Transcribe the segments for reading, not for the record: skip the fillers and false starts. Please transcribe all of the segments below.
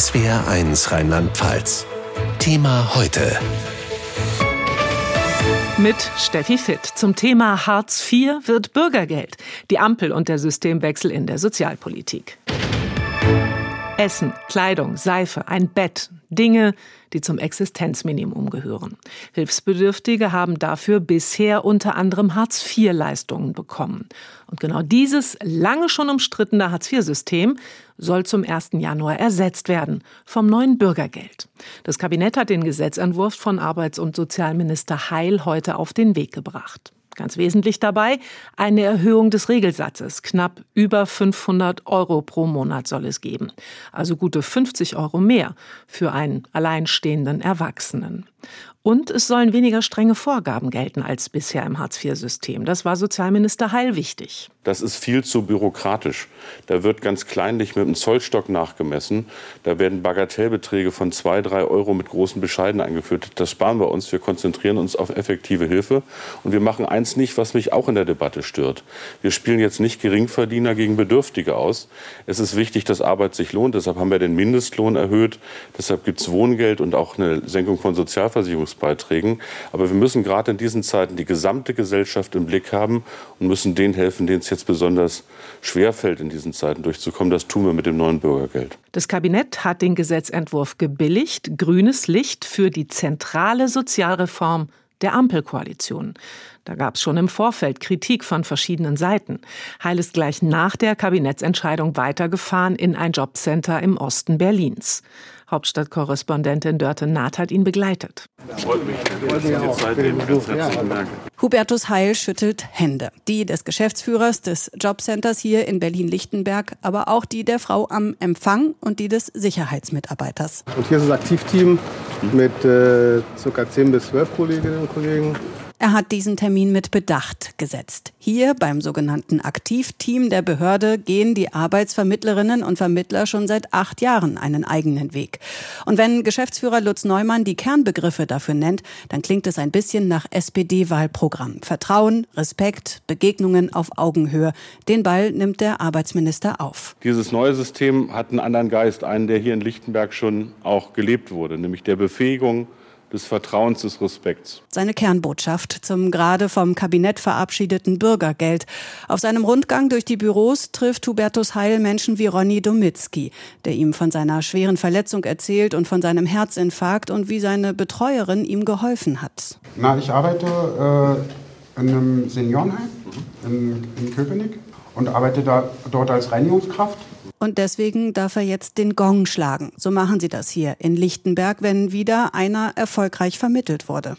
SWR1 Rheinland-Pfalz. Thema heute. Mit Steffi Fitt zum Thema Hartz IV wird Bürgergeld. Die Ampel und der Systemwechsel in der Sozialpolitik. Essen, Kleidung, Seife, ein Bett. Dinge, die zum Existenzminimum gehören. Hilfsbedürftige haben dafür bisher unter anderem Hartz-IV-Leistungen bekommen. Und genau dieses lange schon umstrittene Hartz-IV-System soll zum 1. Januar ersetzt werden vom neuen Bürgergeld. Das Kabinett hat den Gesetzentwurf von Arbeits- und Sozialminister Heil heute auf den Weg gebracht. Ganz wesentlich dabei eine Erhöhung des Regelsatzes. Knapp über 500 € pro Monat soll es geben. Also gute 50 € mehr für einen alleinstehenden Erwachsenen. Und es sollen weniger strenge Vorgaben gelten als bisher im Hartz-IV-System. Das war Sozialminister Heil wichtig. Das ist viel zu bürokratisch. Da wird ganz kleinlich mit einem Zollstock nachgemessen. Da werden Bagatellbeträge von 2, 3 € mit großen Bescheiden eingeführt. Das sparen wir uns. Wir konzentrieren uns auf effektive Hilfe. Und wir machen eins nicht, was mich auch in der Debatte stört. Wir spielen jetzt nicht Geringverdiener gegen Bedürftige aus. Es ist wichtig, dass Arbeit sich lohnt. Deshalb haben wir den Mindestlohn erhöht. Deshalb gibt es Wohngeld und auch eine Senkung von Sozialversicherungsbeiträgen. Aber wir müssen gerade in diesen Zeiten die gesamte Gesellschaft im Blick haben und müssen denen helfen, denen es jetzt besonders schwer fällt, in diesen Zeiten durchzukommen. Das tun wir mit dem neuen Bürgergeld. Das Kabinett hat den Gesetzentwurf gebilligt. Grünes Licht für die zentrale Sozialreform der Ampelkoalition. Da gab es schon im Vorfeld Kritik von verschiedenen Seiten. Heil ist gleich nach der Kabinettsentscheidung weitergefahren in ein Jobcenter im Osten Berlins. Hauptstadtkorrespondentin Dörte Naht hat ihn begleitet. Freut mich. Herzlichen Dank. Hubertus Heil schüttelt Hände. Die des Geschäftsführers des Jobcenters hier in Berlin-Lichtenberg, aber auch die der Frau am Empfang und die des Sicherheitsmitarbeiters. Und hier ist das Aktivteam mit ca. 10 bis 12 Kolleginnen und Kollegen. Er hat diesen Termin mit Bedacht gesetzt. Hier beim sogenannten Aktivteam der Behörde gehen die Arbeitsvermittlerinnen und Vermittler schon seit 8 Jahren einen eigenen Weg. Und wenn Geschäftsführer Lutz Neumann die Kernbegriffe dafür nennt, dann klingt es ein bisschen nach SPD-Wahlprogramm. Vertrauen, Respekt, Begegnungen auf Augenhöhe. Den Ball nimmt der Arbeitsminister auf. Dieses neue System hat einen anderen Geist, einen, der hier in Lichtenberg schon auch gelebt wurde, nämlich der Befähigung, des Vertrauens, des Respekts. Seine Kernbotschaft zum gerade vom Kabinett verabschiedeten Bürgergeld. Auf seinem Rundgang durch die Büros trifft Hubertus Heil Menschen wie Ronny Domitzki, der ihm von seiner schweren Verletzung erzählt und von seinem Herzinfarkt und wie seine Betreuerin ihm geholfen hat. Ich arbeite in einem Seniorenheim in Köpenick und arbeite dort als Reinigungskraft. Und deswegen darf er jetzt den Gong schlagen. So machen sie das hier in Lichtenberg, wenn wieder einer erfolgreich vermittelt wurde.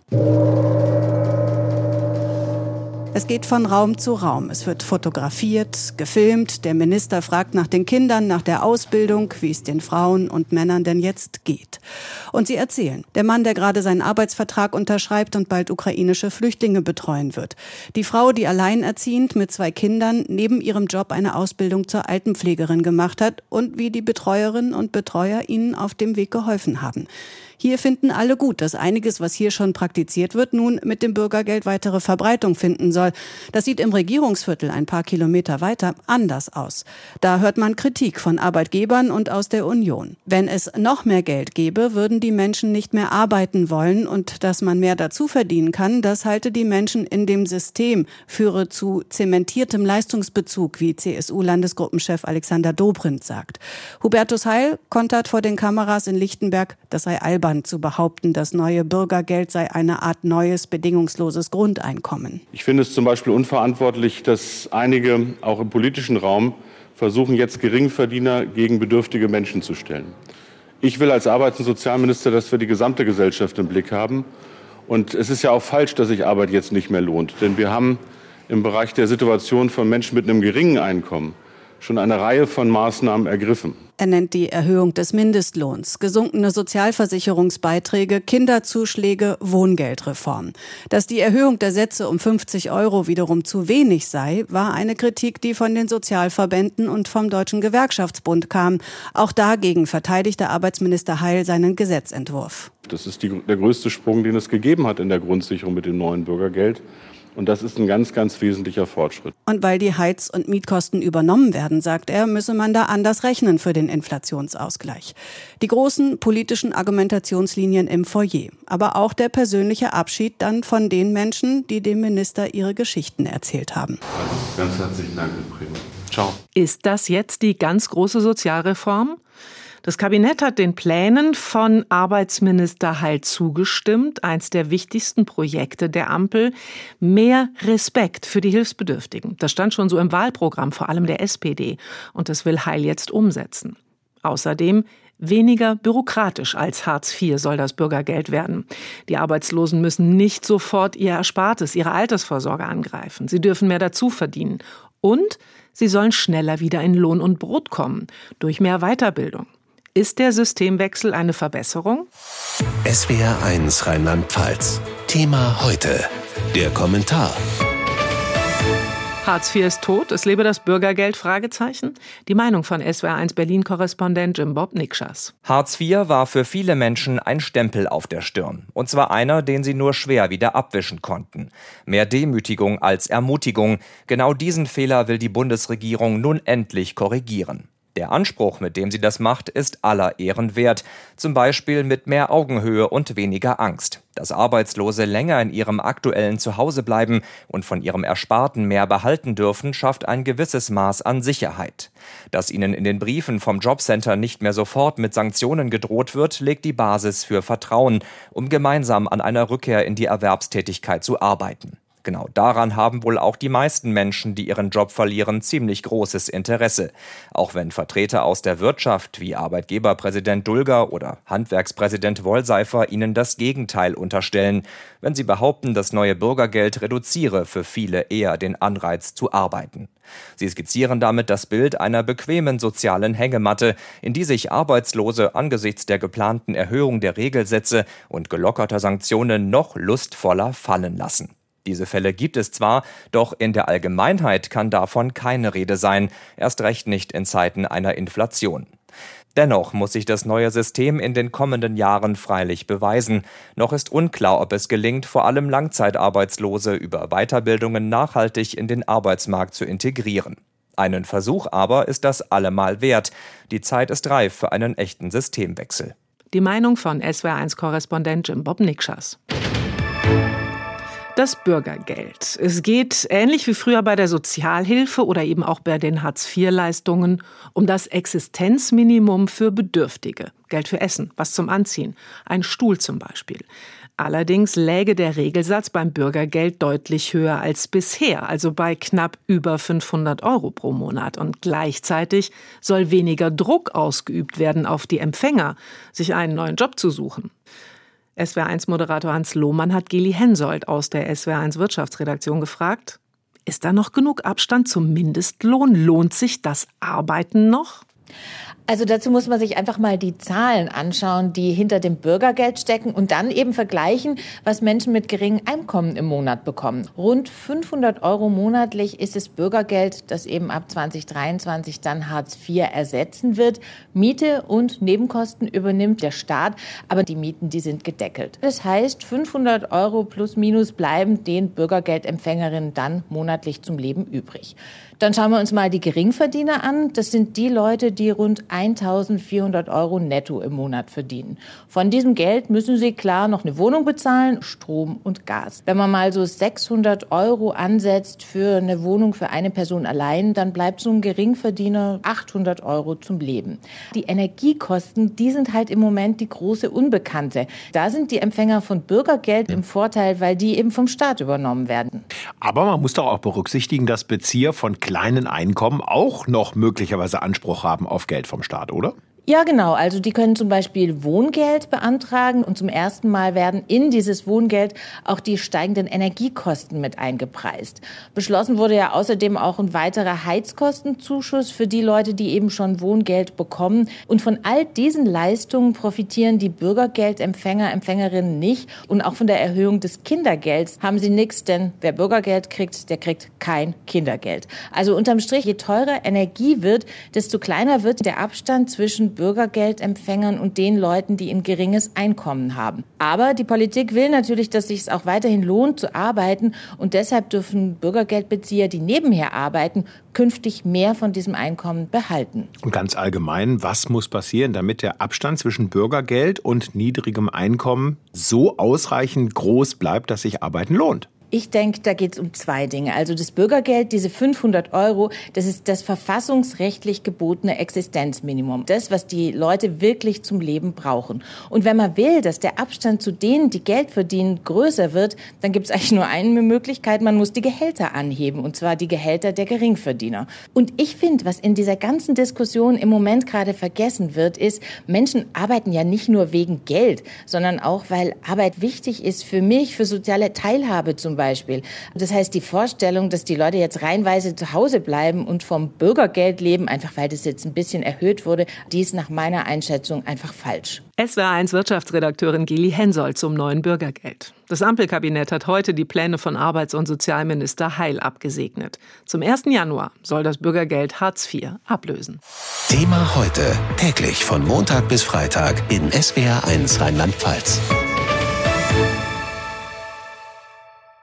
Es geht von Raum zu Raum. Es wird fotografiert, gefilmt. Der Minister fragt nach den Kindern, nach der Ausbildung, wie es den Frauen und Männern denn jetzt geht. Und sie erzählen. Der Mann, der gerade seinen Arbeitsvertrag unterschreibt und bald ukrainische Flüchtlinge betreuen wird. Die Frau, die alleinerziehend mit 2 Kindern neben ihrem Job eine Ausbildung zur Altenpflegerin gemacht hat und wie die Betreuerinnen und Betreuer ihnen auf dem Weg geholfen haben. Hier finden alle gut, dass einiges, was hier schon praktiziert wird, nun mit dem Bürgergeld weitere Verbreitung finden soll. Das sieht im Regierungsviertel ein paar Kilometer weiter anders aus. Da hört man Kritik von Arbeitgebern und aus der Union. Wenn es noch mehr Geld gäbe, würden die Menschen nicht mehr arbeiten wollen und dass man mehr dazu verdienen kann, das halte die Menschen in dem System, führe zu zementiertem Leistungsbezug, wie CSU-Landesgruppenchef Alexander Dobrindt sagt. Hubertus Heil kontert vor den Kameras in Lichtenberg, das sei albern zu behaupten, das neue Bürgergeld sei eine Art neues, bedingungsloses Grundeinkommen. Ich finde es zum Beispiel unverantwortlich, dass einige, auch im politischen Raum, versuchen, jetzt Geringverdiener gegen bedürftige Menschen zu stellen. Ich will als Arbeits- und Sozialminister, dass wir die gesamte Gesellschaft im Blick haben. Und es ist ja auch falsch, dass sich Arbeit jetzt nicht mehr lohnt. Denn wir haben im Bereich der Situation von Menschen mit einem geringen Einkommen schon eine Reihe von Maßnahmen ergriffen. Er nennt die Erhöhung des Mindestlohns, gesunkene Sozialversicherungsbeiträge, Kinderzuschläge, Wohngeldreform. Dass die Erhöhung der Sätze um 50 € wiederum zu wenig sei, war eine Kritik, die von den Sozialverbänden und vom Deutschen Gewerkschaftsbund kam. Auch dagegen verteidigte Arbeitsminister Heil seinen Gesetzentwurf. Das ist der größte Sprung, den es gegeben hat in der Grundsicherung mit dem neuen Bürgergeld. Und das ist ein ganz, ganz wesentlicher Fortschritt. Und weil die Heiz- und Mietkosten übernommen werden, sagt er, müsse man da anders rechnen für den Inflationsausgleich. Die großen politischen Argumentationslinien im Foyer. Aber auch der persönliche Abschied dann von den Menschen, die dem Minister ihre Geschichten erzählt haben. Also ganz herzlichen Dank, Herr Prima. Ciao. Ist das jetzt die ganz große Sozialreform? Das Kabinett hat den Plänen von Arbeitsminister Heil zugestimmt. Eins der wichtigsten Projekte der Ampel. Mehr Respekt für die Hilfsbedürftigen. Das stand schon so im Wahlprogramm, vor allem der SPD. Und das will Heil jetzt umsetzen. Außerdem weniger bürokratisch als Hartz IV soll das Bürgergeld werden. Die Arbeitslosen müssen nicht sofort ihr Erspartes, ihre Altersvorsorge angreifen. Sie dürfen mehr dazu verdienen. Und sie sollen schneller wieder in Lohn und Brot kommen. Durch mehr Weiterbildung. Ist der Systemwechsel eine Verbesserung? SWR1 Rheinland-Pfalz. Thema heute. Der Kommentar. Hartz IV ist tot, es lebe das Bürgergeld? Fragezeichen. Die Meinung von SWR1 Berlin-Korrespondent Jim Bob Nikschas. Hartz IV war für viele Menschen ein Stempel auf der Stirn. Und zwar einer, den sie nur schwer wieder abwischen konnten. Mehr Demütigung als Ermutigung. Genau diesen Fehler will die Bundesregierung nun endlich korrigieren. Der Anspruch, mit dem sie das macht, ist aller Ehren wert. Zum Beispiel mit mehr Augenhöhe und weniger Angst. Dass Arbeitslose länger in ihrem aktuellen Zuhause bleiben und von ihrem Ersparten mehr behalten dürfen, schafft ein gewisses Maß an Sicherheit. Dass ihnen in den Briefen vom Jobcenter nicht mehr sofort mit Sanktionen gedroht wird, legt die Basis für Vertrauen, um gemeinsam an einer Rückkehr in die Erwerbstätigkeit zu arbeiten. Genau daran haben wohl auch die meisten Menschen, die ihren Job verlieren, ziemlich großes Interesse. Auch wenn Vertreter aus der Wirtschaft wie Arbeitgeberpräsident Dulger oder Handwerkspräsident Wollseifer ihnen das Gegenteil unterstellen, wenn sie behaupten, das neue Bürgergeld reduziere für viele eher den Anreiz zu arbeiten. Sie skizzieren damit das Bild einer bequemen sozialen Hängematte, in die sich Arbeitslose angesichts der geplanten Erhöhung der Regelsätze und gelockerter Sanktionen noch lustvoller fallen lassen. Diese Fälle gibt es zwar, doch in der Allgemeinheit kann davon keine Rede sein, erst recht nicht in Zeiten einer Inflation. Dennoch muss sich das neue System in den kommenden Jahren freilich beweisen. Noch ist unklar, ob es gelingt, vor allem Langzeitarbeitslose über Weiterbildungen nachhaltig in den Arbeitsmarkt zu integrieren. Einen Versuch aber ist das allemal wert. Die Zeit ist reif für einen echten Systemwechsel. Die Meinung von SWR1-Korrespondent Jim Bob Nikschas. Das Bürgergeld. Es geht, ähnlich wie früher bei der Sozialhilfe oder eben auch bei den Hartz-IV-Leistungen, um das Existenzminimum für Bedürftige. Geld für Essen, was zum Anziehen, ein Stuhl zum Beispiel. Allerdings läge der Regelsatz beim Bürgergeld deutlich höher als bisher, also bei knapp über 500 € pro Monat. Und gleichzeitig soll weniger Druck ausgeübt werden auf die Empfänger, sich einen neuen Job zu suchen. SWR1-Moderator Hans Lohmann hat Geli Hensoldt aus der SWR1-Wirtschaftsredaktion gefragt, ist da noch genug Abstand zum Mindestlohn? Lohnt sich das Arbeiten noch? Also dazu muss man sich einfach mal die Zahlen anschauen, die hinter dem Bürgergeld stecken und dann eben vergleichen, was Menschen mit geringem Einkommen im Monat bekommen. Rund 500 € monatlich ist das Bürgergeld, das eben ab 2023 dann Hartz IV ersetzen wird. Miete und Nebenkosten übernimmt der Staat, aber die Mieten, die sind gedeckelt. Das heißt, 500 € plus minus bleiben den Bürgergeldempfängerinnen dann monatlich zum Leben übrig. Dann schauen wir uns mal die Geringverdiener an. Das sind die Leute, die rund 1.400 € netto im Monat verdienen. Von diesem Geld müssen sie klar noch eine Wohnung bezahlen, Strom und Gas. Wenn man mal so 600 € ansetzt für eine Wohnung für eine Person allein, dann bleibt so ein Geringverdiener 800 € zum Leben. Die Energiekosten, die sind halt im Moment die große Unbekannte. Da sind die Empfänger von Bürgergeld im Vorteil, weil die eben vom Staat übernommen werden. Aber man muss doch auch berücksichtigen, dass Bezieher von kleinen Einkommen auch noch möglicherweise Anspruch haben auf Geld vom Staat, oder? Ja, genau. Also die können zum Beispiel Wohngeld beantragen und zum ersten Mal werden in dieses Wohngeld auch die steigenden Energiekosten mit eingepreist. Beschlossen wurde ja außerdem auch ein weiterer Heizkostenzuschuss für die Leute, die eben schon Wohngeld bekommen. Und von all diesen Leistungen profitieren die Bürgergeldempfänger, Empfängerinnen nicht. Und auch von der Erhöhung des Kindergelds haben sie nichts, denn wer Bürgergeld kriegt, der kriegt kein Kindergeld. Also unterm Strich, je teurer Energie wird, desto kleiner wird der Abstand zwischen zwischen Bürgergeldempfängern und den Leuten, die ein geringes Einkommen haben. Aber die Politik will natürlich, dass es sich auch weiterhin lohnt zu arbeiten und deshalb dürfen Bürgergeldbezieher, die nebenher arbeiten, künftig mehr von diesem Einkommen behalten. Und ganz allgemein, was muss passieren, damit der Abstand zwischen Bürgergeld und niedrigem Einkommen so ausreichend groß bleibt, dass sich Arbeiten lohnt? Ich denke, da geht es um 2 Dinge. Also das Bürgergeld, diese 500 €, das ist das verfassungsrechtlich gebotene Existenzminimum. Das, was die Leute wirklich zum Leben brauchen. Und wenn man will, dass der Abstand zu denen, die Geld verdienen, größer wird, dann gibt es eigentlich nur eine Möglichkeit, man muss die Gehälter anheben. Und zwar die Gehälter der Geringverdiener. Und ich finde, was in dieser ganzen Diskussion im Moment gerade vergessen wird, ist, Menschen arbeiten ja nicht nur wegen Geld, sondern auch, weil Arbeit wichtig ist für mich, für soziale Teilhabe zum Beispiel. Das heißt, die Vorstellung, dass die Leute jetzt reihenweise zu Hause bleiben und vom Bürgergeld leben, einfach weil das jetzt ein bisschen erhöht wurde, die ist nach meiner Einschätzung einfach falsch. SWR1 Wirtschaftsredakteurin Geli Hensoldt zum neuen Bürgergeld. Das Ampelkabinett hat heute die Pläne von Arbeits- und Sozialminister Heil abgesegnet. Zum 1. Januar soll das Bürgergeld Hartz IV ablösen. Thema heute, täglich von Montag bis Freitag in SWR1 Rheinland-Pfalz.